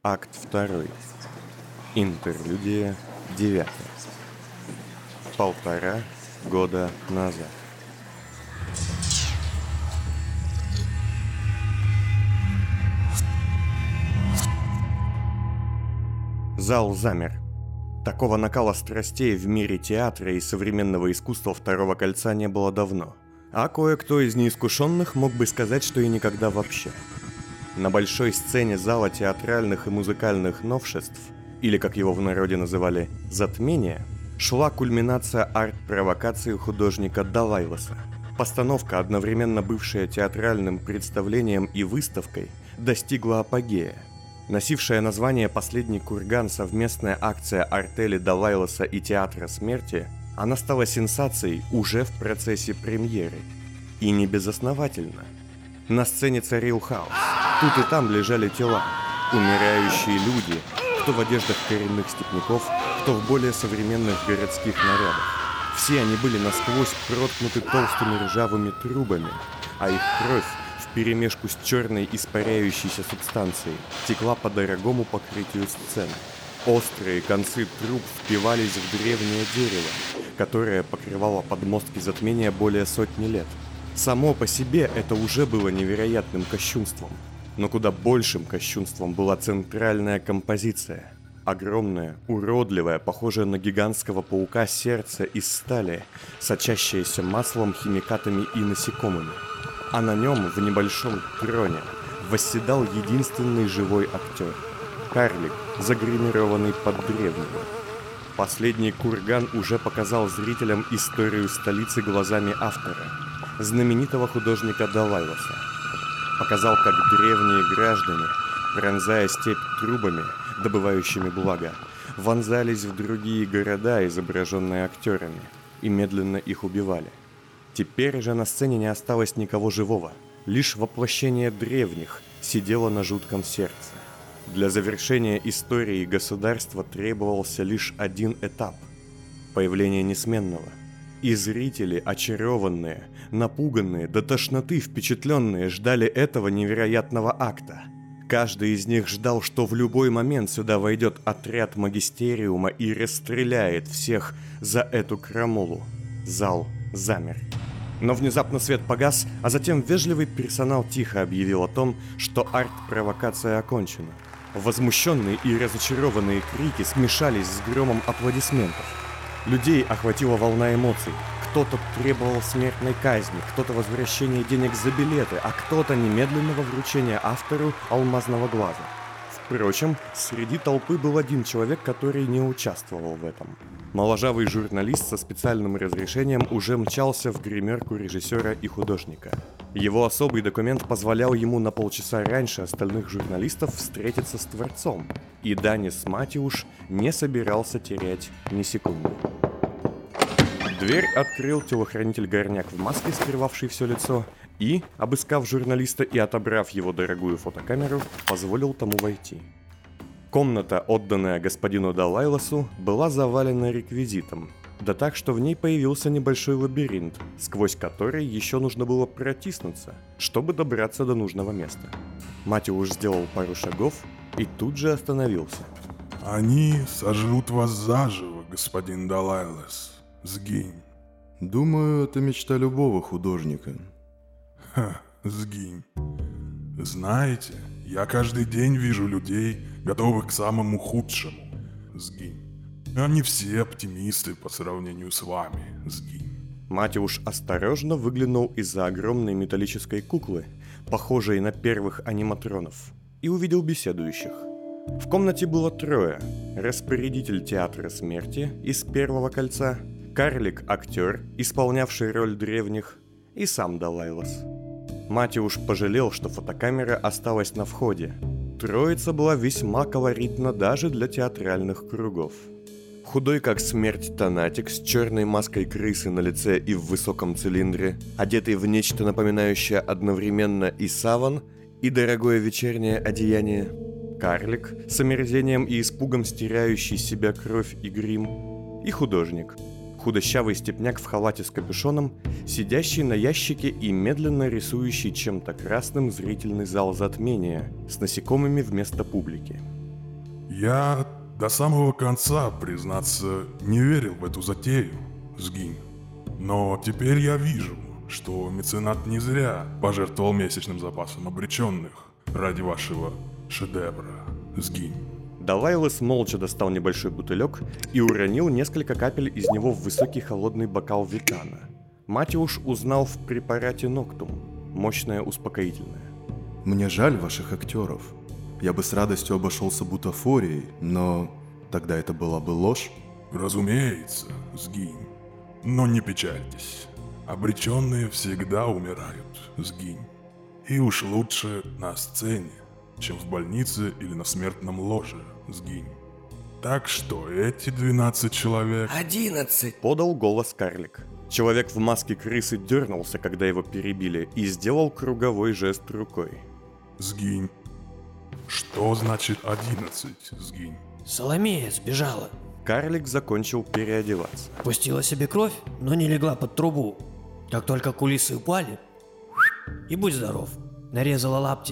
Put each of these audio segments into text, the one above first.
Акт 2. Интерлюдия 9. 1,5 года назад. Зал замер. Такого накала страстей в мире театра и современного искусства «Второго кольца» не было давно. А кое-кто из неискушенных мог бы сказать, что и никогда вообще. На большой сцене зала театральных и музыкальных новшеств, или как его в народе называли «затмения», шла кульминация арт-провокации художника Далайласа. Постановка, одновременно бывшая театральным представлением и выставкой, достигла апогея. Носившая название «Последний курган» совместная акция артели Далайласа и Театра Смерти, она стала сенсацией уже в процессе премьеры. И не безосновательно. На сцене царил хаос. Тут и там лежали тела, умирающие люди, кто в одеждах коренных степняков, кто в более современных городских нарядах. Все они были насквозь проткнуты толстыми ржавыми трубами, а их кровь вперемешку с черной испаряющейся субстанцией текла по дорогому покрытию сцены. Острые концы труб впивались в древнее дерево, которое покрывало подмостки затмения более сотни лет. Само по себе это уже было невероятным кощунством. Но куда большим кощунством была центральная композиция. Огромное, уродливое, похожее на гигантского паука сердце из стали, сочащееся маслом, химикатами и насекомыми. А на нем, в небольшом троне, восседал единственный живой актер. Карлик, загримированный под древнего. Последний курган уже показал зрителям историю столицы глазами автора, знаменитого художника Далайласа. Показал, как древние граждане, пронзая степь трубами, добывающими благо, вонзались в другие города, изображенные актерами, и медленно их убивали. Теперь же на сцене не осталось никого живого, лишь воплощение древних сидело на жутком сердце. Для завершения истории государства требовался лишь один этап – появление Несменного. И зрители, очарованные, напуганные, до тошноты впечатленные, ждали этого невероятного акта. Каждый из них ждал, что в любой момент сюда войдет отряд магистериума и расстреляет всех за эту крамолу. Зал замер. Но внезапно свет погас, а затем вежливый персонал тихо объявил о том, что арт-провокация окончена. Возмущенные и разочарованные крики смешались с громом аплодисментов. Людей охватила волна эмоций. Кто-то требовал смертной казни, кто-то возвращения денег за билеты, а кто-то немедленного вручения автору алмазного глаза. Впрочем, среди толпы был один человек, который не участвовал в этом. Моложавый журналист со специальным разрешением уже мчался в гримерку режиссера и художника. Его особый документ позволял ему на полчаса раньше остальных журналистов встретиться с Творцом, и Данис Матиуш не собирался терять ни секунды. Дверь открыл телохранитель Горняк в маске, скрывавший все лицо, и, обыскав журналиста и отобрав его дорогую фотокамеру, позволил тому войти. Комната, отданная господину Далайласу, была завалена реквизитом, да так, что в ней появился небольшой лабиринт, сквозь который еще нужно было протиснуться, чтобы добраться до нужного места. Матиуш сделал пару шагов и тут же остановился. «Они сожрут вас заживо, господин Далайлас. Сгинь». Думаю, это мечта любого художника. Сгинь. Знаете, я каждый день вижу людей, готовых к самому худшему. Сгинь. Они все оптимисты по сравнению с вами. Сгинь. Матиуш осторожно выглянул из-за огромной металлической куклы, похожей на первых аниматронов, и увидел беседующих. В комнате было трое: распорядитель Театра Смерти из Первого кольца, Карлик-актер, исполнявший роль древних, и сам Далайлас. Матиуш пожалел, что фотокамера осталась на входе. Троица была весьма колоритна даже для театральных кругов. Худой как смерть Танатик с черной маской крысы на лице и в высоком цилиндре, одетый в нечто напоминающее одновременно и саван, и дорогое вечернее одеяние. Карлик, с омерзением и испугом стирающий с себя кровь и грим. И художник. Худощавый степняк в халате с капюшоном, сидящий на ящике и медленно рисующий чем-то красным зрительный зал затмения с насекомыми вместо публики. Я до самого конца, признаться, не верил в эту затею, Сгинь. Но теперь я вижу, что меценат не зря пожертвовал месячным запасом обреченных ради вашего шедевра, Сгинь. Далайлас молча достал небольшой бутылек и уронил несколько капель из него в высокий холодный бокал Витана. Матиуш узнал в препарате Ноктум, мощное успокоительное. Мне жаль ваших актеров. Я бы с радостью обошелся бутафорией, но тогда это была бы ложь. Разумеется, Сгинь. Но не печальтесь. Обреченные всегда умирают, Сгинь. И уж лучше на сцене, чем в больнице или на смертном ложе, Сгинь. Так что эти 12 человек... 11! Подал голос карлик. Человек в маске крысы дернулся, когда его перебили, и сделал круговой жест рукой. Сгинь. Что значит 11, Сгинь? Соломея сбежала. Карлик закончил переодеваться. Пустила себе кровь, но не легла под трубу. Как только кулисы упали, и будь здоров, нарезала лапти.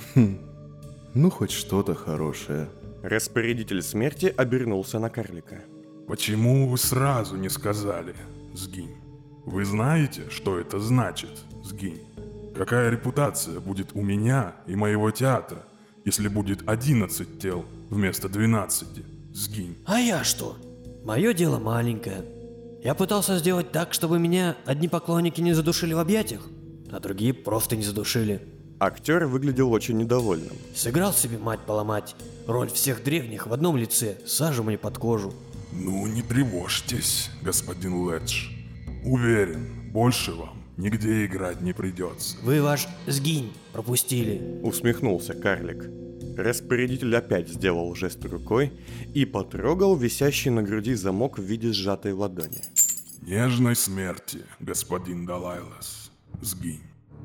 Ну, хоть что-то хорошее. Распорядитель смерти обернулся на карлика. Почему вы сразу не сказали, Сгинь? Вы знаете, что это значит, Сгинь? Какая репутация будет у меня и моего театра, если будет 11 тел вместо 12, Сгинь? А я что? Мое дело маленькое. Я пытался сделать так, чтобы меня одни поклонники не задушили в объятиях, а другие просто не задушили. Актер выглядел очень недовольным. Сыграл себе мать поломать, роль всех древних в одном лице, сажу мне под кожу. Ну, не тревожьтесь, господин Ледж. Уверен, больше вам нигде играть не придется. Вы ваш Сгинь пропустили. Усмехнулся карлик. Распорядитель опять сделал жест рукой и потрогал висящий на груди замок в виде сжатой ладони. Нежной смерти, господин Далайлас, Сгинь.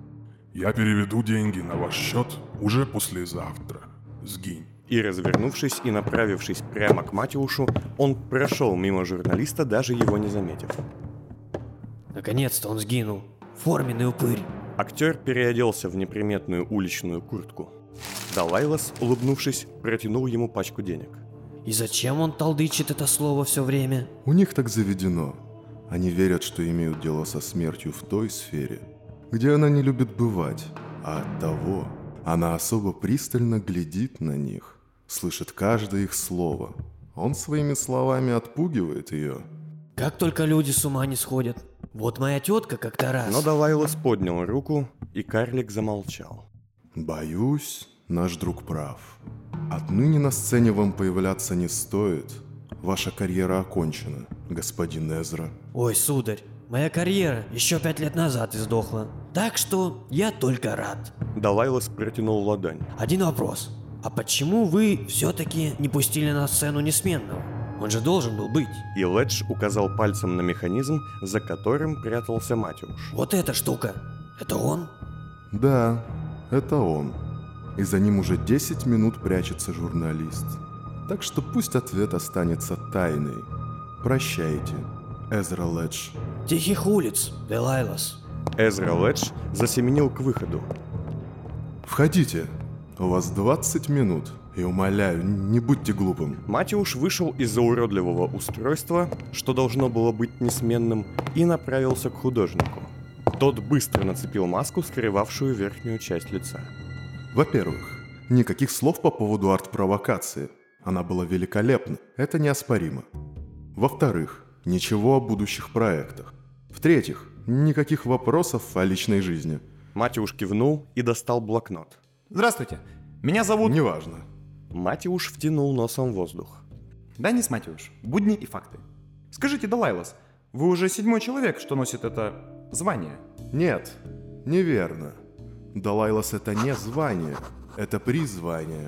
Я переведу деньги на ваш счет уже послезавтра, Сгинь. И, развернувшись и направившись прямо к Матиушу, он прошел мимо журналиста, даже его не заметив. Наконец-то он сгинул. Форменный упырь. Актер переоделся в неприметную уличную куртку. Далайлас, улыбнувшись, протянул ему пачку денег. И зачем он толдычит это слово все время? У них так заведено. Они верят, что имеют дело со смертью в той сфере, где она не любит бывать, а оттого она особо пристально глядит на них, слышит каждое их слово. Он своими словами отпугивает ее. Как только люди с ума не сходят. Вот моя тетка как-то раз... Но Далайлас поднял руку, и карлик замолчал. Боюсь, наш друг прав. Отныне на сцене вам появляться не стоит. Ваша карьера окончена, господин Эзра. Ой, сударь, моя карьера еще 5 лет назад издохла. Так что я только рад. Далайлас протянул ладонь. Один вопрос. А почему вы все-таки не пустили на сцену несменного? Он же должен был быть. И Ледж указал пальцем на механизм, за которым прятался Матиуш. Вот эта штука. Это он? Да, это он. И за ним уже 10 минут прячется журналист. Так что пусть ответ останется тайной. Прощайте, Эзра Ледж. Тихих улиц, Далайлас. Эзра Ледж засеменил к выходу. Входите. У вас 20 минут. И умоляю, не будьте глупым. Матиуш вышел из-за уродливого устройства, что должно было быть несменным, и направился к художнику. Тот быстро нацепил маску, скрывавшую верхнюю часть лица. Во-первых, никаких слов по поводу арт-провокации. Она была великолепна, это неоспоримо. Во-вторых, ничего о будущих проектах. В-третьих, никаких вопросов о личной жизни. Матиуш кивнул и достал блокнот. Здравствуйте, меня зовут... Неважно. Матиуш втянул носом воздух. Данис Матиуш. Будни и факты. Скажите, Далайлас, вы уже 7-й человек, что носит это звание? Нет, неверно. Далайлас это не звание, это призвание.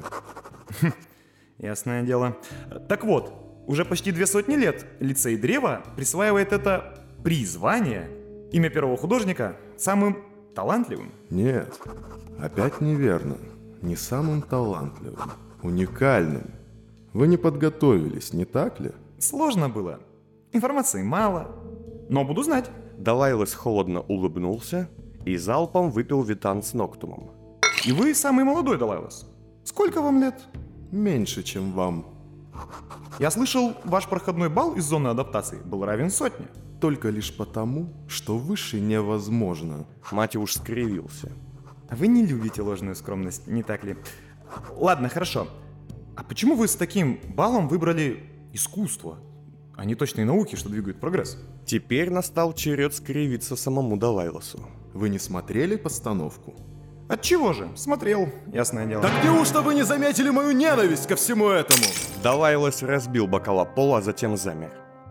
Ясное дело. Так вот, уже почти 200 лет лицей Древа присваивает это призвание, имя первого художника, самым талантливым. Нет, опять неверно. Не самым талантливым, уникальным. Вы не подготовились, не так ли? Сложно было. Информации мало, но буду знать. Далайлас холодно улыбнулся и залпом выпил Витан с Ноктумом. И вы самый молодой, Далайлас. Сколько вам лет? Меньше, чем вам. Я слышал, ваш проходной балл из зоны адаптации был равен 100. Только лишь потому, что выше невозможно. Матиуш скривился. Вы не любите ложную скромность, не так ли? Ладно, хорошо. А почему вы с таким баллом выбрали искусство, а не точные науки, что двигают прогресс? Теперь настал черед скривиться самому Далайласу. Вы не смотрели постановку? Отчего же? Смотрел, ясное дело. Так неужто вы не заметили мою ненависть ко всему этому? Далайлас разбил бокал о пол, а затем замер.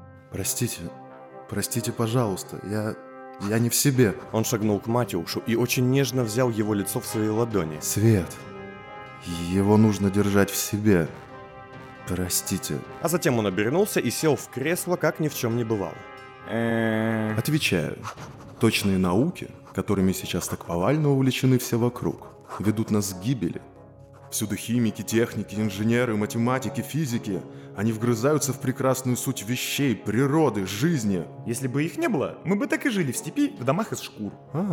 Простите, пожалуйста, я не в себе. Он шагнул к Матиушу и очень нежно взял его лицо в свои ладони. Свет. Его нужно держать в себе. Простите. А затем он обернулся и сел в кресло, как ни в чем не бывало. Отвечаю. Точные науки, которыми сейчас так повально увлечены все вокруг, ведут нас к гибели. Всюду химики, техники, инженеры, математики, физики. Они вгрызаются в прекрасную суть вещей, природы, жизни. Если бы их не было, мы бы так и жили в степи, в домах из шкур.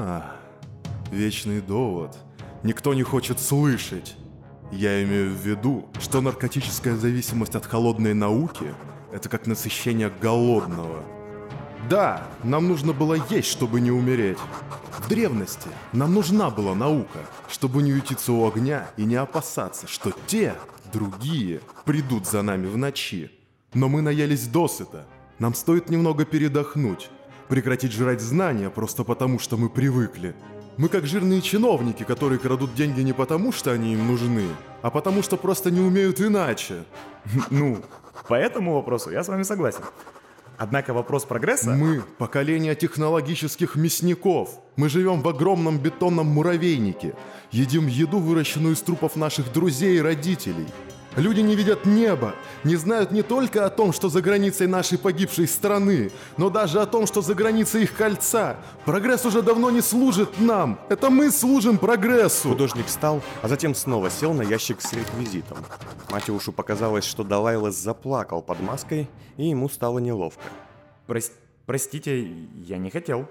Вечный довод. Никто не хочет слышать. Я имею в виду, что наркотическая зависимость от холодной науки – это как насыщение голодного. Да, нам нужно было есть, чтобы не умереть. В древности нам нужна была наука, чтобы не ютиться у огня и не опасаться, что те, другие, придут за нами в ночи. Но мы наелись досыта. Нам стоит немного передохнуть, прекратить жрать знания просто потому, что мы привыкли. Мы как жирные чиновники, которые крадут деньги не потому, что они им нужны, а потому, что просто не умеют иначе. Ну, по этому вопросу я с вами согласен. Однако вопрос прогресса... Мы – поколение технологических мясников. Мы живем в огромном бетонном муравейнике. Едим еду, выращенную из трупов наших друзей и родителей. Люди не видят неба, не знают не только о том, что за границей нашей погибшей страны, но даже о том, что за границей их кольца. Прогресс уже давно не служит нам. Это мы служим прогрессу. Художник встал, а затем снова сел на ящик с реквизитом. Матиушу показалось, что Далайлас заплакал под маской, и ему стало неловко. Простите, я не хотел.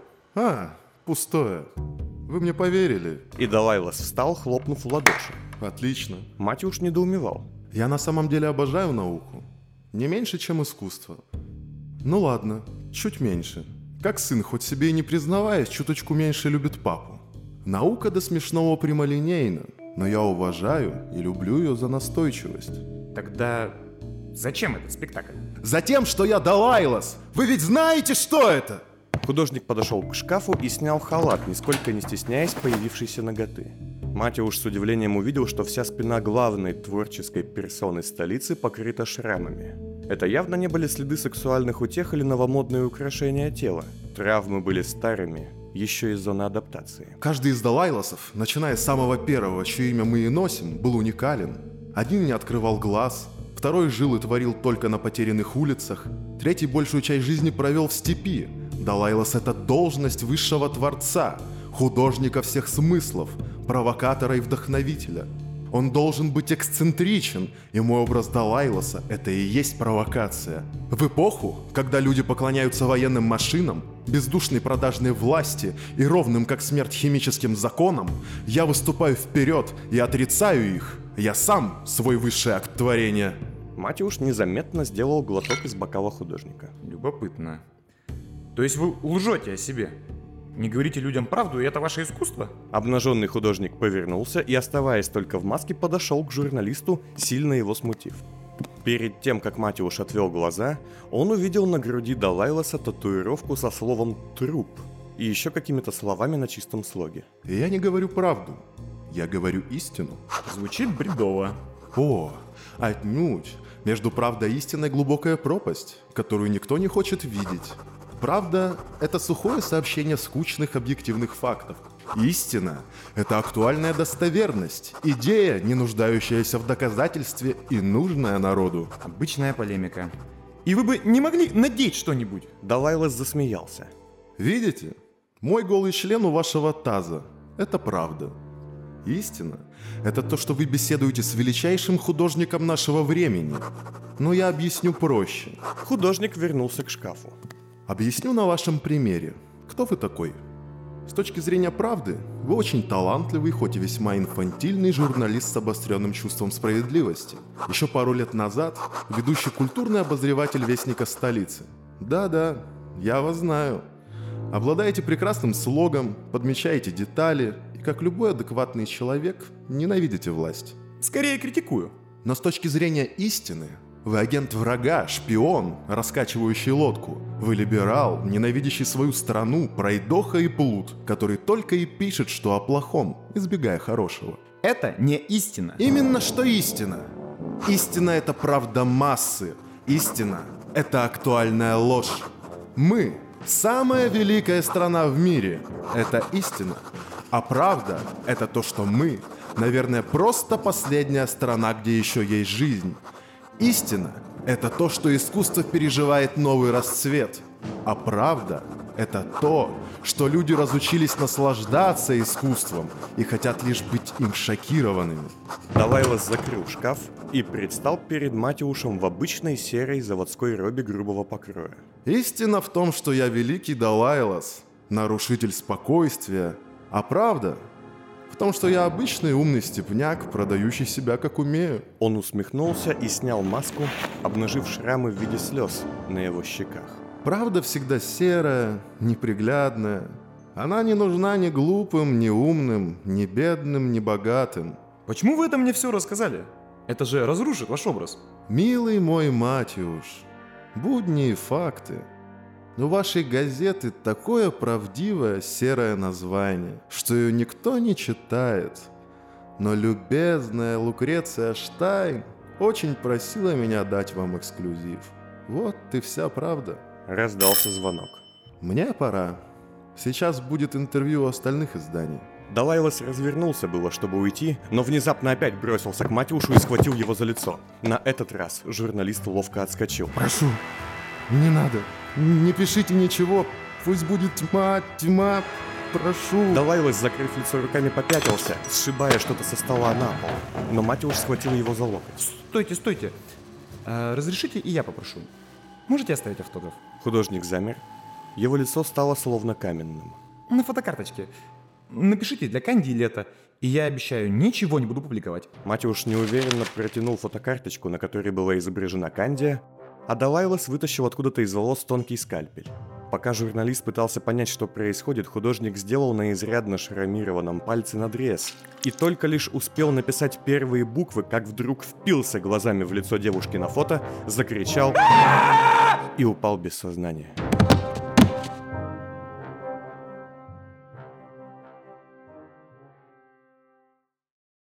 Пустое. Вы мне поверили. И Далайлас встал, хлопнув в ладоши. Отлично. Матиуш недоумевал. Я на самом деле обожаю науку. Не меньше, чем искусство. Ну ладно, чуть меньше. Как сын, хоть себе и не признаваясь, чуточку меньше любит папу. Наука до смешного прямолинейна, но я уважаю и люблю ее за настойчивость. Тогда зачем этот спектакль? Затем, что я Далайлас! Вы ведь знаете, что это? Художник подошел к шкафу и снял халат, нисколько не стесняясь появившейся наготы. Матиуш с удивлением увидел, что вся спина главной творческой персоны столицы покрыта шрамами. Это явно не были следы сексуальных утех или новомодные украшения тела. Травмы были старыми, еще из зоны адаптации. Каждый из Далайласов, начиная с самого первого, чье имя мы и носим, был уникален. Один не открывал глаз, второй жил и творил только на потерянных улицах, третий большую часть жизни провел в степи. Далайлас – это должность высшего творца, художника всех смыслов, провокатора и вдохновителя. Он должен быть эксцентричен, и мой образ Далайласа – это и есть провокация. В эпоху, когда люди поклоняются военным машинам, бездушной продажной власти и ровным как смерть химическим законам, я выступаю вперед и отрицаю их. Я сам свой высший акт творения. Матиуш незаметно сделал глоток из бокала художника. Любопытно. То есть вы лжете о себе? Не говорите людям правду, и это ваше искусство? Обнаженный художник повернулся и, оставаясь только в маске, подошел к журналисту, сильно его смутив. Перед тем, как Матиуш отвел глаза, он увидел на груди Далайласа татуировку со словом «труп» и еще какими-то словами на чистом слоге. Я не говорю правду, я говорю истину. Звучит бредово. Отнюдь. Между правдой и истиной глубокая пропасть, которую никто не хочет видеть. Правда – это сухое сообщение скучных объективных фактов. Истина – это актуальная достоверность, идея, не нуждающаяся в доказательстве и нужная народу. Обычная полемика. И вы бы не могли надеть что-нибудь? Далайлас засмеялся. Видите? Мой голый член у вашего таза – это правда. Истина – это то, что вы беседуете с величайшим художником нашего времени. Но я объясню проще. Художник вернулся к шкафу. Объясню на вашем примере. Кто вы такой? С точки зрения правды, вы очень талантливый, хоть и весьма инфантильный журналист с обостренным чувством справедливости. Еще пару лет назад ведущий культурный обозреватель Вестника столицы. Да-да, я вас знаю. Обладаете прекрасным слогом, подмечаете детали и, как любой адекватный человек, ненавидите власть. Скорее критикую. Но с точки зрения истины, вы агент врага, шпион, раскачивающий лодку. Вы либерал, ненавидящий свою страну, пройдоха и плут, который только и пишет, что о плохом, избегая хорошего. Это не истина. Именно что истина. Истина — это правда массы. Истина — это актуальная ложь. Мы — самая великая страна в мире. Это истина. А правда — это то, что мы, наверное, просто последняя страна, где еще есть жизнь. Истина — это то, что искусство переживает новый расцвет. А правда — это то, что люди разучились наслаждаться искусством и хотят лишь быть им шокированными. Далайлас закрыл шкаф и предстал перед Матиушем в обычной серой заводской робе грубого покроя. Истина в том, что я великий Далайлас, нарушитель спокойствия. А правда в том, что я обычный умный степняк, продающий себя как умею. Он усмехнулся и снял маску, обнажив шрамы в виде слез на его щеках. Правда всегда серая, неприглядная. Она не нужна ни глупым, ни умным, ни бедным, ни богатым. Почему вы это мне все рассказали? Это же разрушит ваш образ. Милый мой Матиуш, будни и факты. У вашей газеты такое правдивое серое название, что ее никто не читает. Но любезная Лукреция Штайн очень просила меня дать вам эксклюзив. Вот и вся правда. Раздался звонок. Мне пора. Сейчас будет интервью остальных изданий. Далайлас развернулся было, чтобы уйти, но внезапно опять бросился к Матиушу и схватил его за лицо. На этот раз журналист ловко отскочил. Прошу, не надо. Не пишите ничего. Пусть будет тьма. Прошу. Далайлас, закрыв лицо руками, попятился, сшибая что-то со стола на пол. Но Матиуш схватил его за локоть. Стойте. Разрешите, и я попрошу. Можете оставить автограф? Художник замер. Его лицо стало словно каменным. На фотокарточке. Напишите для Канди лето, и я обещаю, ничего не буду публиковать. Матиуш неуверенно протянул фотокарточку, на которой была изображена Кандия, а Далайлас вытащил откуда-то из волос тонкий скальпель. Пока журналист пытался понять, что происходит, художник сделал на изрядно шрамированном пальце надрез. И только лишь успел написать первые буквы, как вдруг впился глазами в лицо девушки на фото, закричал и упал без сознания.